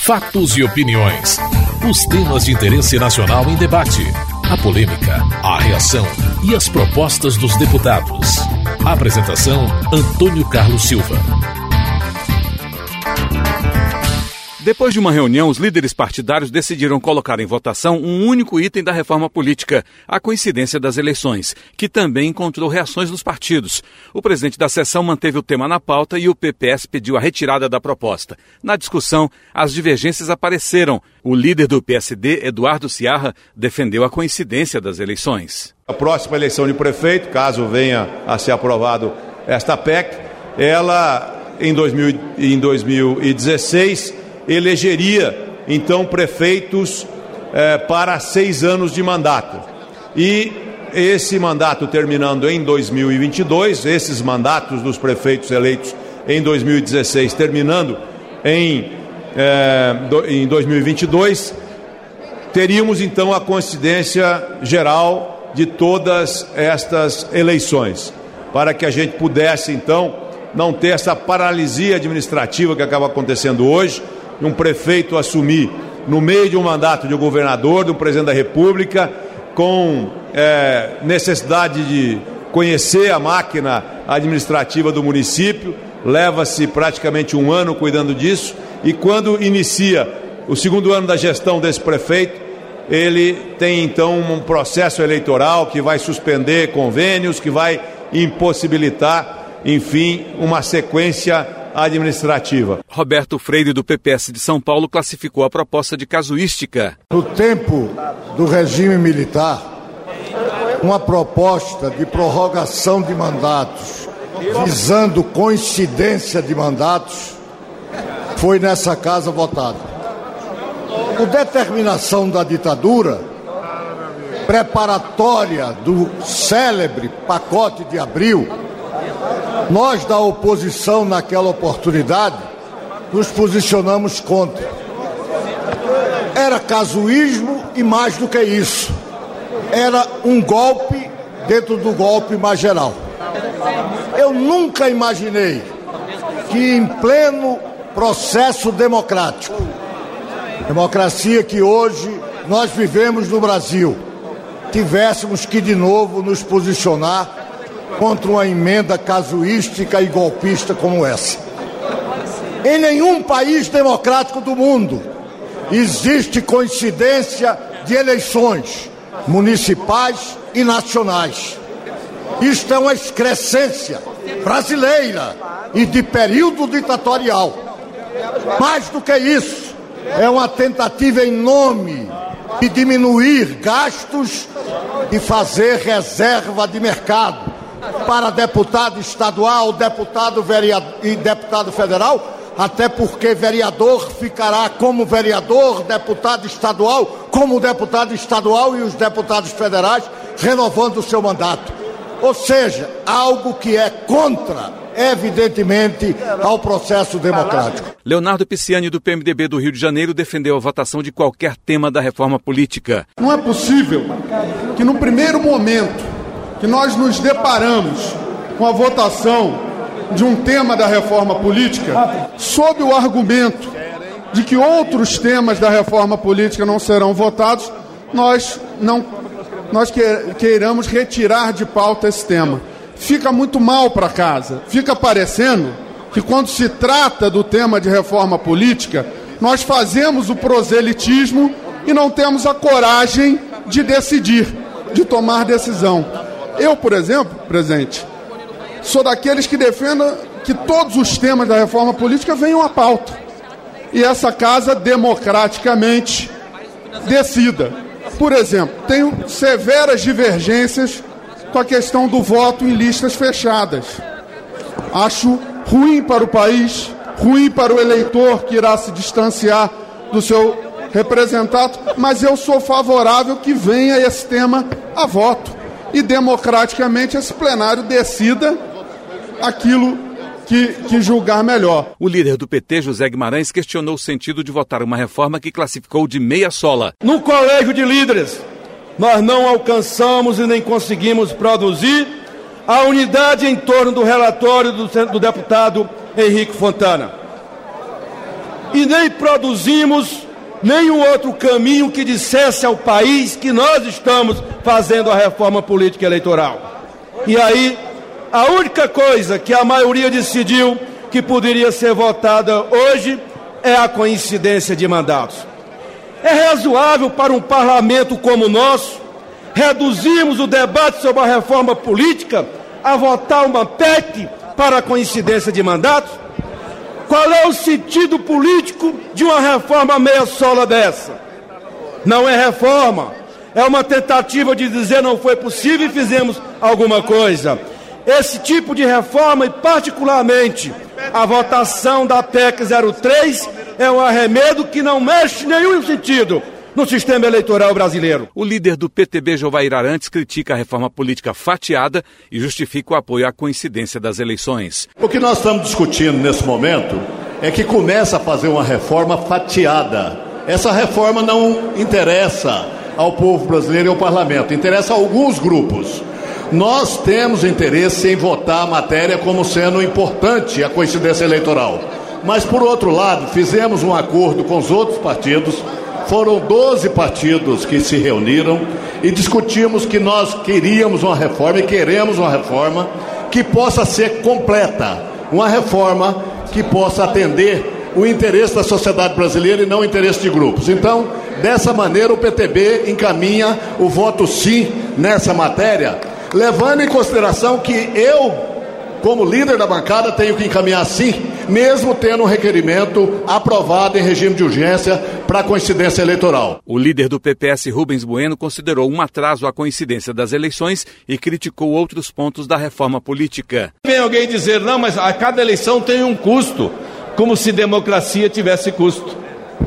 Fatos e opiniões. Os temas de interesse nacional em debate. A polêmica, a reação e as propostas dos deputados. Apresentação: Antônio Carlos Silva. Depois de uma reunião, os líderes partidários decidiram colocar em votação um único item da reforma política, a coincidência das eleições, que também encontrou reações dos partidos. O presidente da sessão manteve o tema na pauta e o PPS pediu a retirada da proposta. Na discussão, as divergências apareceram. O líder do PSD, Eduardo Ciarra, defendeu a coincidência das eleições. A próxima eleição de prefeito, caso venha a ser aprovado esta PEC, ela, em 2016... elegeria, então, prefeitos para 6 anos de mandato. E esse mandato terminando em 2022, esses mandatos dos prefeitos eleitos em 2016 terminando em 2022, teríamos, então, a coincidência geral de todas estas eleições, para que a gente pudesse, então, não ter essa paralisia administrativa que acaba acontecendo hoje, um prefeito assumir no meio de um mandato de um governador, do presidente da República, com necessidade de conhecer a máquina administrativa do município, leva-se praticamente 1 ano cuidando disso, e quando inicia o 2º ano da gestão desse prefeito, ele tem então um processo eleitoral que vai suspender convênios, que vai impossibilitar, enfim, uma sequência administrativa. Roberto Freire, do PPS de São Paulo, classificou a proposta de casuística. No tempo do regime militar, uma proposta de prorrogação de mandatos, visando coincidência de mandatos, foi nessa casa votada. Por determinação da ditadura, preparatória do célebre pacote de abril, nós da oposição naquela oportunidade nos posicionamos contra. Era casuísmo e mais do que isso, era um golpe dentro do golpe mais geral. Eu nunca imaginei que em pleno processo democrático, democracia que hoje nós vivemos no Brasil, tivéssemos que de novo nos posicionar contra uma emenda casuística e golpista como essa. Em nenhum país democrático do mundo existe coincidência de eleições municipais e nacionais. Isto é uma excrescência brasileira e de período ditatorial. Mais do que isso, é uma tentativa em nome de diminuir gastos e fazer reserva de mercado para deputado estadual, deputado vereador e deputado federal, até porque vereador ficará como vereador, deputado estadual como deputado estadual e os deputados federais renovando o seu mandato. Ou seja, algo que é contra, evidentemente, ao processo democrático. Leonardo Pisciani, do PMDB do Rio de Janeiro, defendeu a votação de qualquer tema da reforma política. Não é possível que no primeiro momento que nós nos deparamos com a votação de um tema da reforma política, sob o argumento de que outros temas da reforma política não serão votados, nós queiramos retirar de pauta esse tema. Fica muito mal para casa. Fica parecendo que quando se trata do tema de reforma política, nós fazemos o proselitismo e não temos a coragem de decidir, de tomar decisão. Eu, por exemplo, presidente, sou daqueles que defendem que todos os temas da reforma política venham à pauta. E essa casa, democraticamente, decida. Por exemplo, tenho severas divergências com a questão do voto em listas fechadas. Acho ruim para o país, ruim para o eleitor que irá se distanciar do seu representado, mas eu sou favorável que venha esse tema a voto. E democraticamente esse plenário decida aquilo que julgar melhor. O líder do PT, José Guimarães, questionou o sentido de votar uma reforma que classificou de meia sola. No colégio de líderes, nós não alcançamos e nem conseguimos produzir a unidade em torno do relatório do deputado Henrique Fontana. e nem produzimos nenhum outro caminho que dissesse ao país que nós estamos fazendo a reforma política eleitoral. E aí, a única coisa que a maioria decidiu que poderia ser votada hoje é a coincidência de mandatos. É razoável para um parlamento como o nosso reduzirmos o debate sobre a reforma política a votar uma PEC para a coincidência de mandatos? Qual é o sentido político de uma reforma meia-sola dessa? Não é reforma, é uma tentativa de dizer não foi possível e fizemos alguma coisa. Esse tipo de reforma, e particularmente a votação da PEC 03, é um arremedo que não mexe em nenhum sentido no sistema eleitoral brasileiro. O líder do PTB, Jovair Arantes, critica a reforma política fatiada e justifica o apoio à coincidência das eleições. O que nós estamos discutindo nesse momento é que começa a fazer uma reforma fatiada. Essa reforma não interessa ao povo brasileiro e ao parlamento, interessa a alguns grupos. Nós temos interesse em votar a matéria como sendo importante a coincidência eleitoral. Mas, por outro lado, fizemos um acordo com os outros partidos. Foram 12 partidos que se reuniram e discutimos que nós queríamos uma reforma e queremos uma reforma que possa ser completa, uma reforma que possa atender o interesse da sociedade brasileira e não o interesse de grupos. Então, dessa maneira, o PTB encaminha o voto sim nessa matéria, levando em consideração que eu, como líder da bancada, tenho que encaminhar sim, mesmo tendo um requerimento aprovado em regime de urgência para a coincidência eleitoral. O líder do PPS, Rubens Bueno, considerou um atraso à coincidência das eleições e criticou outros pontos da reforma política. Vem alguém dizer, não, mas a cada eleição tem um custo, como se democracia tivesse custo.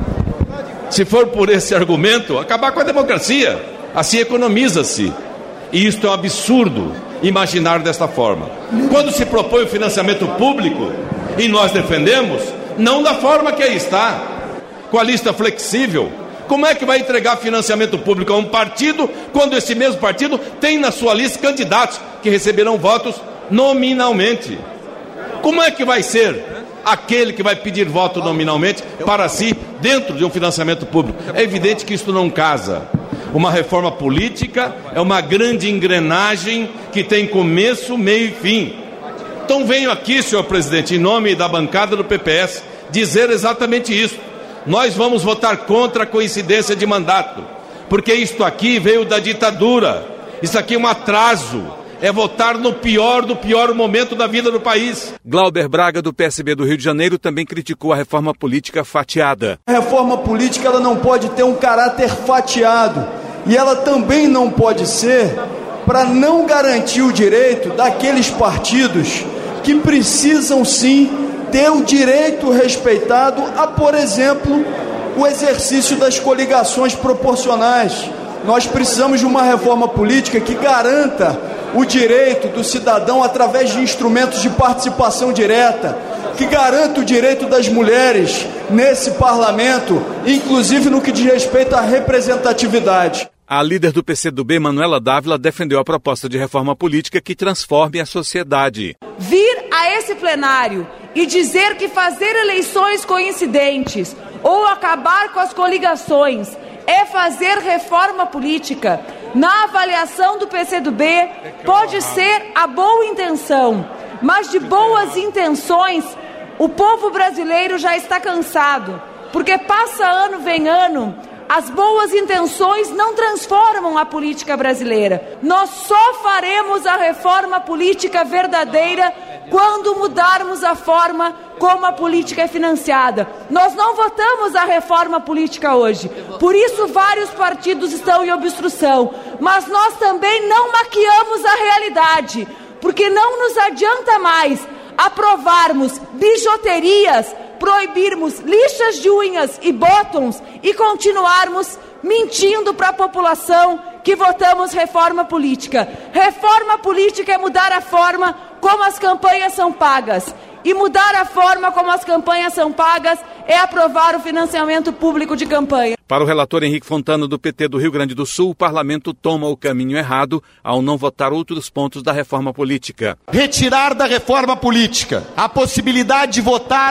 Se for por esse argumento, acabar com a democracia, assim economiza-se. E isto é um absurdo imaginar desta forma. Quando se propõe o financiamento público, e nós defendemos, não da forma que aí está, com a lista flexível. Como é que vai entregar financiamento público a um partido, quando esse mesmo partido tem na sua lista candidatos que receberão votos nominalmente? Como é que vai ser aquele que vai pedir voto nominalmente para si dentro de um financiamento público? É evidente que isso não casa. Uma reforma política é uma grande engrenagem que tem começo, meio e fim. Então venho aqui, senhor presidente, em nome da bancada do PPS, dizer exatamente isso. Nós vamos votar contra a coincidência de mandato, porque isto aqui veio da ditadura. Isso aqui é um atraso. É votar no pior do pior momento da vida do país. Glauber Braga, do PSB do Rio de Janeiro, também criticou a reforma política fatiada. A reforma política ela não pode ter um caráter fatiado. E ela também não pode ser para não garantir o direito daqueles partidos que precisam sim ter o direito respeitado a, por exemplo, o exercício das coligações proporcionais. Nós precisamos de uma reforma política que garanta o direito do cidadão através de instrumentos de participação direta, que garanta o direito das mulheres nesse parlamento, inclusive no que diz respeito à representatividade. A líder do PCdoB, Manuela Dávila, defendeu a proposta de reforma política que transforme a sociedade. Vir a esse plenário e dizer que fazer eleições coincidentes ou acabar com as coligações é fazer reforma política, na avaliação do PCdoB, pode ser a boa intenção, mas de boas intenções o povo brasileiro já está cansado, porque passa ano, vem ano, as boas intenções não transformam a política brasileira. Nós só faremos a reforma política verdadeira quando mudarmos a forma como a política é financiada. Nós não votamos a reforma política hoje, por isso vários partidos estão em obstrução, mas nós também não maquiamos a realidade, porque não nos adianta mais aprovarmos bijuterias, proibirmos lixas de unhas e bottoms e continuarmos mentindo para a população que votamos reforma política. Reforma política é mudar a forma como as campanhas são pagas. E mudar a forma como as campanhas são pagas é aprovar o financiamento público de campanha. Para o relator Henrique Fontana, do PT do Rio Grande do Sul, o parlamento toma o caminho errado ao não votar outros pontos da reforma política. Retirar da reforma política a possibilidade de votar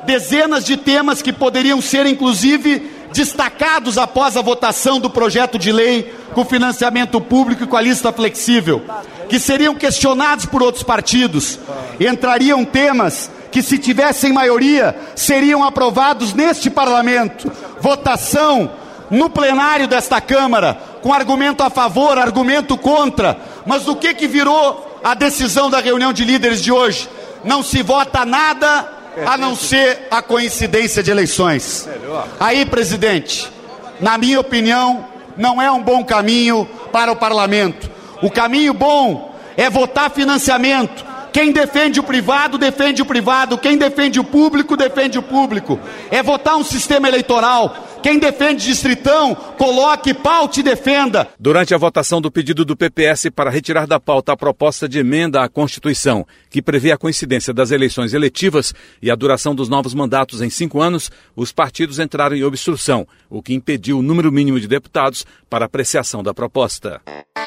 dezenas de temas que poderiam ser, inclusive, destacados após a votação do projeto de lei com financiamento público e com a lista flexível, que seriam questionados por outros partidos. Entrariam temas que, se tivessem maioria, seriam aprovados neste parlamento. Votação no plenário desta Câmara, com argumento a favor, argumento contra. Mas do que virou a decisão da reunião de líderes de hoje? Não se vota nada a não ser a coincidência de eleições. Aí, presidente, na minha opinião, não é um bom caminho para o parlamento. O caminho bom é votar financiamento. Quem defende o privado, defende o privado. Quem defende o público, defende o público. É votar um sistema eleitoral. Quem defende distritão, coloque, paute e defenda. Durante a votação do pedido do PPS para retirar da pauta a proposta de emenda à Constituição, que prevê a coincidência das eleições eletivas e a duração dos novos mandatos em 5 anos, os partidos entraram em obstrução, o que impediu o número mínimo de deputados para apreciação da proposta.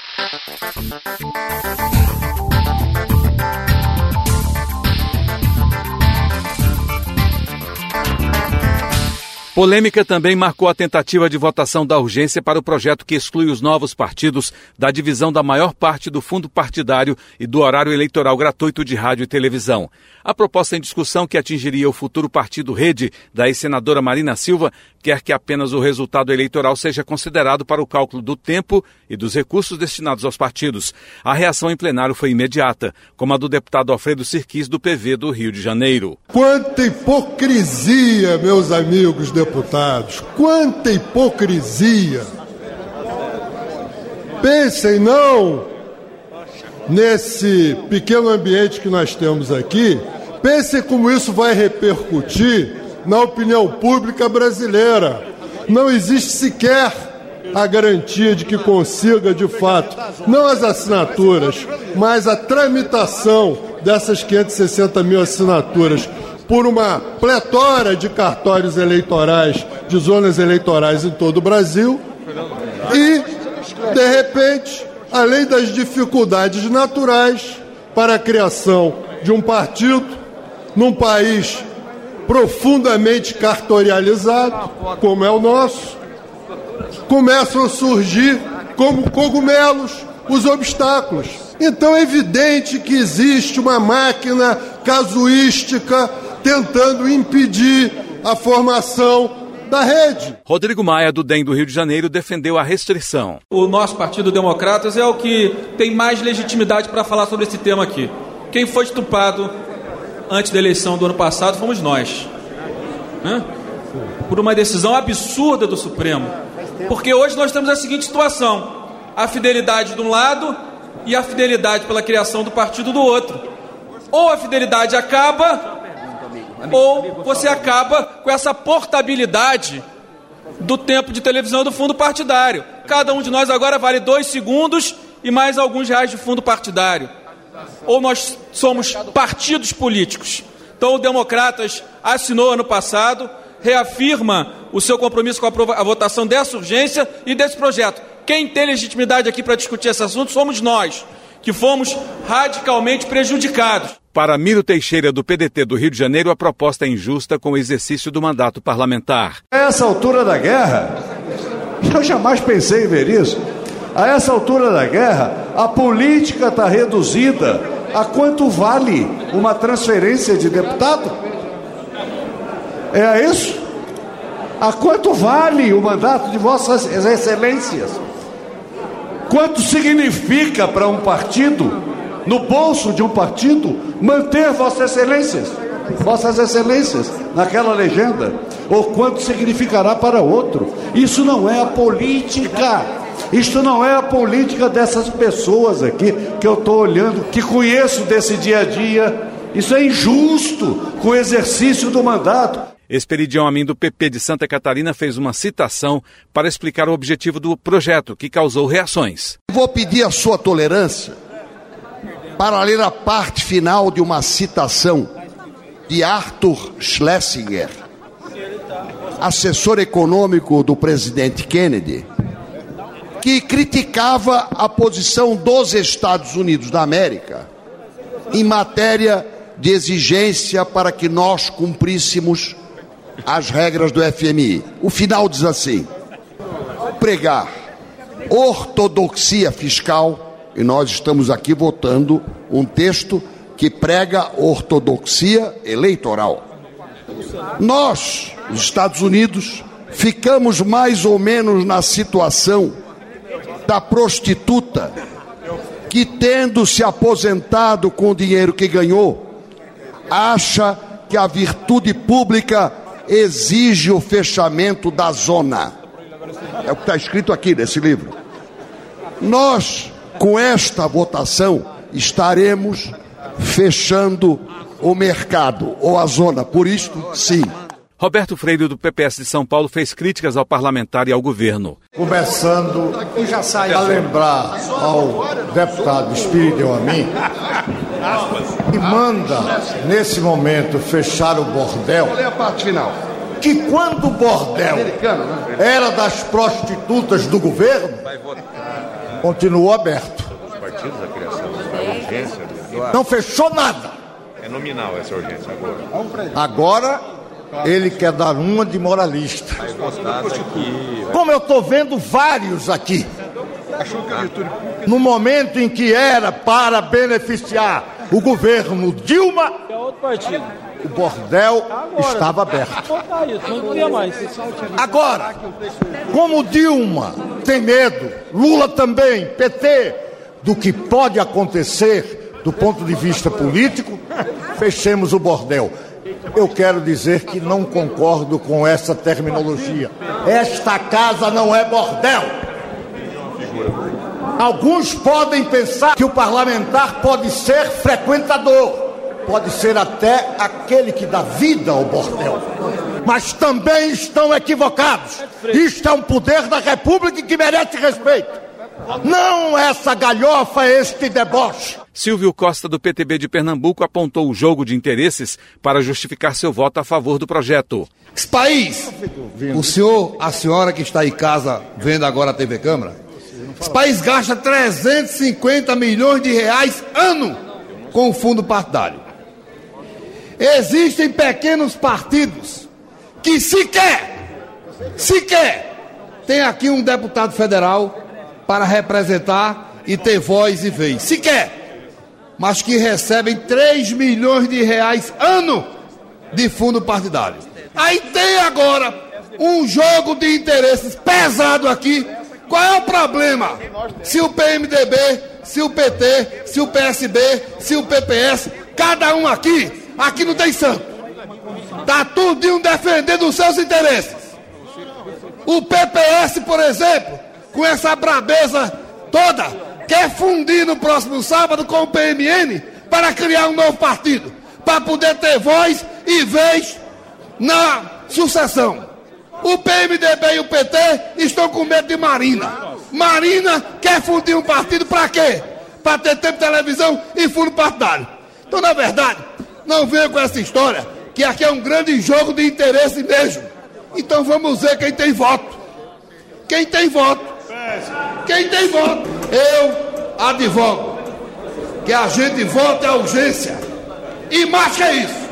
Polêmica também marcou a tentativa de votação da urgência para o projeto que exclui os novos partidos da divisão da maior parte do fundo partidário e do horário eleitoral gratuito de rádio e televisão. A proposta em discussão, que atingiria o futuro partido Rede da ex-senadora Marina Silva, quer que apenas o resultado eleitoral seja considerado para o cálculo do tempo e dos recursos destinados aos partidos. A reação em plenário foi imediata, como a do deputado Alfredo Sirquis, do PV do Rio de Janeiro. Quanta hipocrisia, meus amigos deputados, quanta hipocrisia. Pensem não nesse pequeno ambiente que nós temos aqui, pensem como isso vai repercutir na opinião pública brasileira. Não existe sequer a garantia de que consiga, de fato, não as assinaturas, mas a tramitação dessas 560 mil assinaturas por uma pletora de cartórios eleitorais, de zonas eleitorais em todo o Brasil. E, de repente, além das dificuldades naturais para a criação de um partido num país profundamente cartorializado, como é o nosso, começam a surgir como cogumelos os obstáculos. Então é evidente que existe uma máquina casuística tentando impedir a formação da rede. Rodrigo Maia, do DEM do Rio de Janeiro, defendeu a restrição. O nosso Partido Democratas é o que tem mais legitimidade para falar sobre esse tema aqui. Quem foi estupado antes da eleição do ano passado fomos nós. Por uma decisão absurda do Supremo. Porque hoje nós temos a seguinte situação: a fidelidade de um lado e a fidelidade pela criação do partido do outro. Ou a fidelidade acaba, ou você acaba com essa portabilidade do tempo de televisão do fundo partidário. Cada um de nós agora vale 2 segundos e mais alguns reais de fundo partidário. Ou nós somos partidos políticos. Então o Democratas assinou ano passado, reafirma o seu compromisso com a votação dessa urgência e desse projeto. Quem tem legitimidade aqui para discutir esse assunto somos nós, que fomos radicalmente prejudicados. Para Miro Teixeira, do PDT do Rio de Janeiro, a proposta é injusta com o exercício do mandato parlamentar. A essa altura da guerra, eu jamais pensei em ver isso. A essa altura da guerra, a política está reduzida a quanto vale uma transferência de deputado? É isso? A quanto vale o mandato de vossas excelências? Quanto significa para um partido, no bolso de um partido, manter vossas excelências naquela legenda? Ou quanto significará para outro? Isso não é a política. Isto não é a política dessas pessoas aqui que eu estou olhando, que conheço desse dia a dia. Isso é injusto com o exercício do mandato. Esperidião Amin, do PP de Santa Catarina, fez uma citação para explicar o objetivo do projeto, que causou reações. Vou pedir a sua tolerância para ler a parte final de uma citação de Arthur Schlesinger, assessor econômico do presidente Kennedy, que criticava a posição dos Estados Unidos da América em matéria de exigência para que nós cumpríssemos as regras do FMI. O final diz assim: pregar ortodoxia fiscal, e nós estamos aqui votando um texto que prega ortodoxia eleitoral. Nós, os Estados Unidos, ficamos mais ou menos na situação da prostituta que, tendo se aposentado com o dinheiro que ganhou, acha que a virtude pública exige o fechamento da zona. É o que está escrito aqui nesse livro. Nós, com esta votação, estaremos fechando o mercado ou a zona. Por isto, sim. Roberto Freire, do PPS de São Paulo, fez críticas ao parlamentar e ao governo. Começando a lembrar ao deputado Espírito a mim, que manda, nesse momento, fechar o bordel. Olha a parte final. Que quando o bordel era das prostitutas do governo, continuou aberto. Os partidos, a criação da urgência. Não fechou nada. É nominal essa urgência agora. Agora, ele quer dar uma de moralista. Como eu estou vendo vários aqui. No momento em que era para beneficiar o governo Dilma, o bordel estava aberto. Agora, como Dilma tem medo, Lula também, PT, do que pode acontecer do ponto de vista político, fechemos o bordel. Eu quero dizer que não concordo com essa terminologia. Esta casa não é bordel. Alguns podem pensar que o parlamentar pode ser frequentador, pode ser até aquele que dá vida ao bordel. Mas também estão equivocados. Isto é um poder da República que merece respeito. Não essa galhofa, este deboche. Silvio Costa, do PTB de Pernambuco, apontou o jogo de interesses para justificar seu voto a favor do projeto. Esse país, o senhor, a senhora que está em casa vendo agora a TV Câmara, esse país gasta 350 milhões de reais ano com o fundo partidário. Existem pequenos partidos que sequer tem aqui um deputado federal para representar e ter voz e vez, sequer, mas que recebem 3 milhões de reais ano de fundo partidário. Aí tem agora um jogo de interesses pesado aqui. Qual é o problema? Se o PMDB, se o PT, se o PSB, se o PPS, cada um aqui não tem santo. Está tudinho defendendo os seus interesses. O PPS, por exemplo, com essa brabeza toda, quer fundir no próximo sábado com o PMN para criar um novo partido, para poder ter voz e vez na sucessão. O PMDB e o PT estão com medo de Marina. Marina quer fundir um partido para quê? Para ter tempo de televisão e fundo partidário. Então, na verdade, não venha com essa história, que aqui é um grande jogo de interesse mesmo. Então vamos ver quem tem voto. Quem tem voto? Quem tem voto? Eu advogo que a gente vote a urgência. E mais que isso,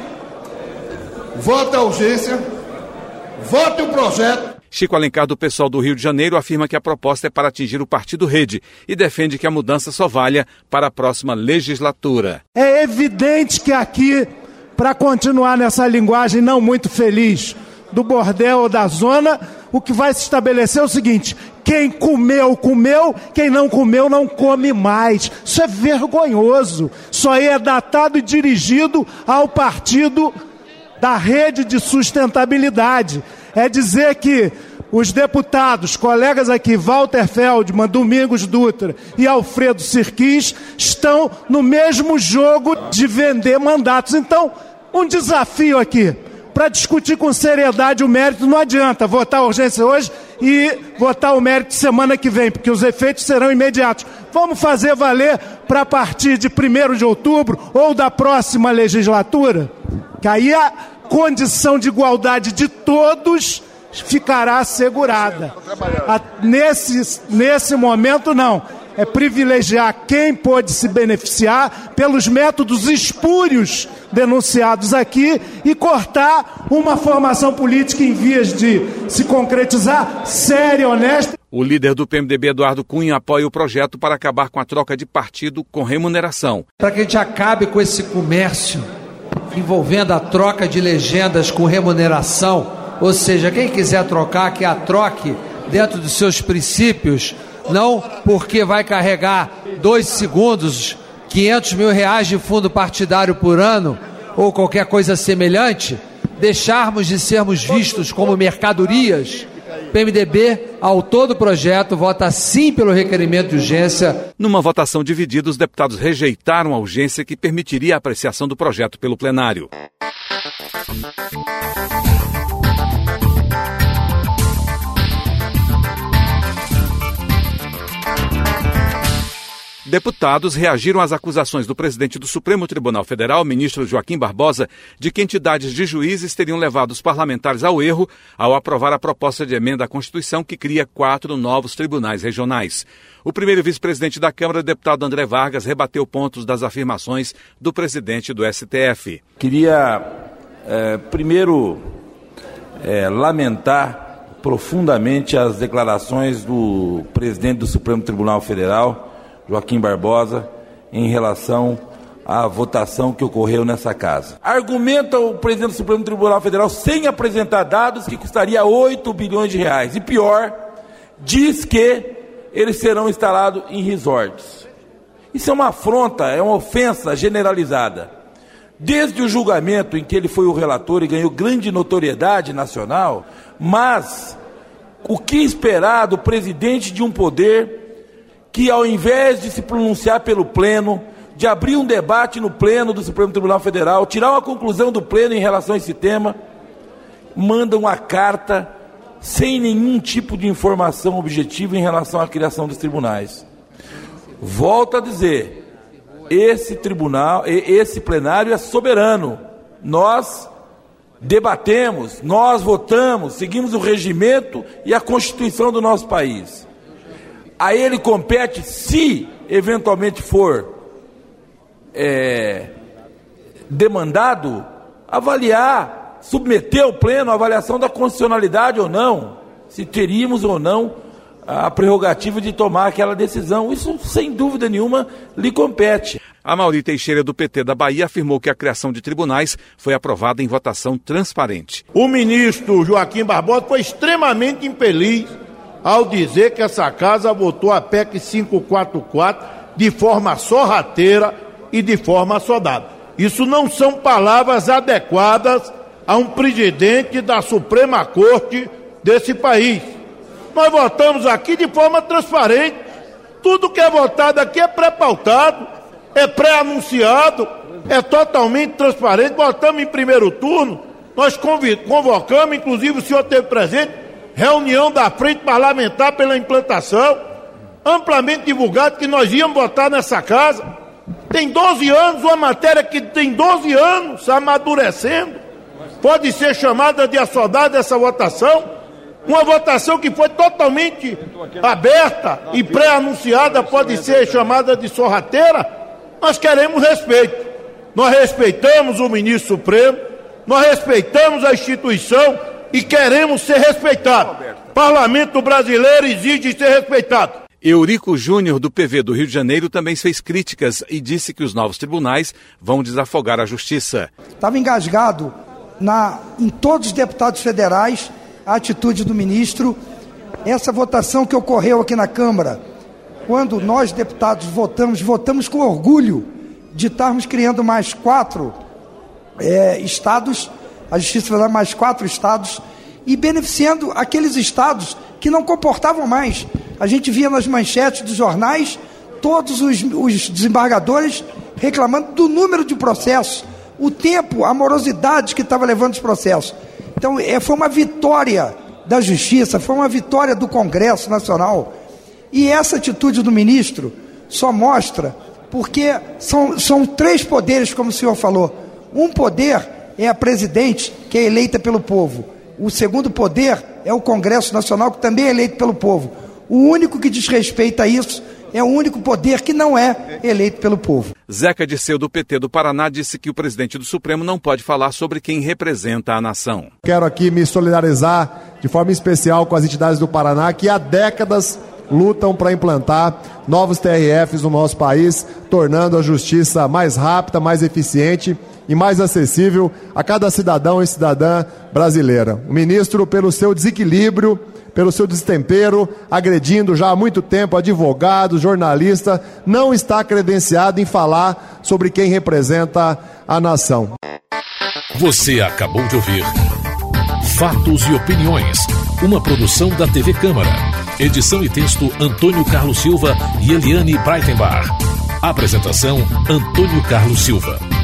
vote a urgência, vote o projeto. Chico Alencar, do PSOL do Rio de Janeiro, afirma que a proposta é para atingir o Partido Rede e defende que a mudança só valha para a próxima legislatura. É evidente que aqui, para continuar nessa linguagem não muito feliz do bordel ou da zona, o que vai se estabelecer é o seguinte: quem comeu, comeu, quem não comeu, não come mais. Isso é vergonhoso. Isso aí é datado e dirigido ao partido da Rede de Sustentabilidade. É dizer que os deputados, colegas aqui, Walter Feldman, Domingos Dutra e Alfredo Sirquis, estão no mesmo jogo de vender mandatos. Então, um desafio aqui, para discutir com seriedade o mérito. Não adianta votar a urgência hoje e votar o mérito semana que vem, porque os efeitos serão imediatos. Vamos fazer valer para a partir de 1º de outubro ou da próxima legislatura, que aí a condição de igualdade de todos ficará assegurada. Nesse momento, não. é privilegiar quem pôde se beneficiar pelos métodos espúrios denunciados aqui e cortar uma formação política em vias de se concretizar, séria e honesta. O líder do PMDB, Eduardo Cunha, apoia o projeto para acabar com a troca de partido com remuneração. Para que a gente acabe com esse comércio envolvendo a troca de legendas com remuneração, ou seja, quem quiser trocar, que a troque dentro dos seus princípios, não porque vai carregar 2 segundos, 500 mil reais de fundo partidário por ano, ou qualquer coisa semelhante, deixarmos de sermos vistos como mercadorias. PMDB, autor do projeto, vota sim pelo requerimento de urgência. Numa votação dividida, os deputados rejeitaram a urgência que permitiria a apreciação do projeto pelo plenário. Deputados reagiram às acusações do presidente do Supremo Tribunal Federal, ministro Joaquim Barbosa, de que entidades de juízes teriam levado os parlamentares ao erro ao aprovar a proposta de emenda à Constituição que cria 4 novos tribunais regionais. O primeiro vice-presidente da Câmara, deputado André Vargas, rebateu pontos das afirmações do presidente do STF. Queria, primeiro, lamentar profundamente as declarações do presidente do Supremo Tribunal Federal, Joaquim Barbosa, em relação à votação que ocorreu nessa casa. Argumenta o presidente do Supremo Tribunal Federal, sem apresentar dados, que custaria 8 bilhões de reais. E pior, diz que eles serão instalados em resorts. Isso é uma afronta, é uma ofensa generalizada. Desde o julgamento em que ele foi o relator e ganhou grande notoriedade nacional, mas o que esperar do presidente de um poder que, ao invés de se pronunciar pelo Pleno, de abrir um debate no Pleno do Supremo Tribunal Federal, tirar uma conclusão do Pleno em relação a esse tema, manda uma carta sem nenhum tipo de informação objetiva em relação à criação dos tribunais. Volto a dizer, esse plenário é soberano. Nós debatemos, nós votamos, seguimos o regimento e a Constituição do nosso país. A ele compete, se eventualmente for demandado, avaliar, submeter ao Pleno a avaliação da constitucionalidade ou não, se teríamos ou não a prerrogativa de tomar aquela decisão. Isso, sem dúvida nenhuma, lhe compete. Amaury Teixeira, do PT da Bahia, afirmou que a criação de tribunais foi aprovada em votação transparente. O ministro Joaquim Barbosa foi extremamente infeliz ao dizer que essa casa votou a PEC 544 de forma sorrateira e de forma assodada. Isso não são palavras adequadas a um presidente da Suprema Corte desse país. Nós votamos aqui de forma transparente. Tudo que é votado aqui é pré-pautado, é pré-anunciado, é totalmente transparente. Votamos em primeiro turno, nós convocamos, inclusive o senhor esteve presente, reunião da Frente Parlamentar pela Implantação, amplamente divulgado que nós íamos votar nessa casa. Tem 12 anos, uma matéria que tem 12 anos amadurecendo, pode ser chamada de assodada essa votação, uma votação que foi totalmente aberta e pré-anunciada, pode ser chamada de sorrateira. Nós queremos respeito, nós respeitamos o ministro Supremo, nós respeitamos a instituição e queremos ser respeitados. O Parlamento brasileiro exige ser respeitado. Eurico Júnior, do PV do Rio de Janeiro, também fez críticas e disse que os novos tribunais vão desafogar a justiça. Estava engasgado em todos os deputados federais a atitude do ministro. Essa votação que ocorreu aqui na Câmara, quando nós deputados votamos com orgulho de estarmos criando mais 4 estados, a Justiça Federal mais 4 estados, e beneficiando aqueles estados que não comportavam mais. A gente via nas manchetes dos jornais todos os desembargadores reclamando do número de processos, o tempo, a morosidade que estava levando os processos. Então, foi uma vitória da Justiça, foi uma vitória do Congresso Nacional. E essa atitude do ministro só mostra, porque são 3 poderes, como o senhor falou. Um poder é a presidente, que é eleita pelo povo. O segundo poder é o Congresso Nacional, que também é eleito pelo povo. O único que desrespeita isso é o único poder que não é eleito pelo povo. Zeca Dirceu, do PT do Paraná, disse que o presidente do Supremo não pode falar sobre quem representa a nação. Quero aqui me solidarizar de forma especial com as entidades do Paraná que há décadas lutam para implantar novos TRFs no nosso país, tornando a justiça mais rápida, mais eficiente e mais acessível a cada cidadão e cidadã brasileira. O ministro, pelo seu desequilíbrio, pelo seu destempero, agredindo já há muito tempo advogados, jornalistas, não está credenciado em falar sobre quem representa a nação. Você acabou de ouvir Fatos e Opiniões, uma produção da TV Câmara. Edição e texto Antônio Carlos Silva e Eliane Breitenbach. Apresentação Antônio Carlos Silva.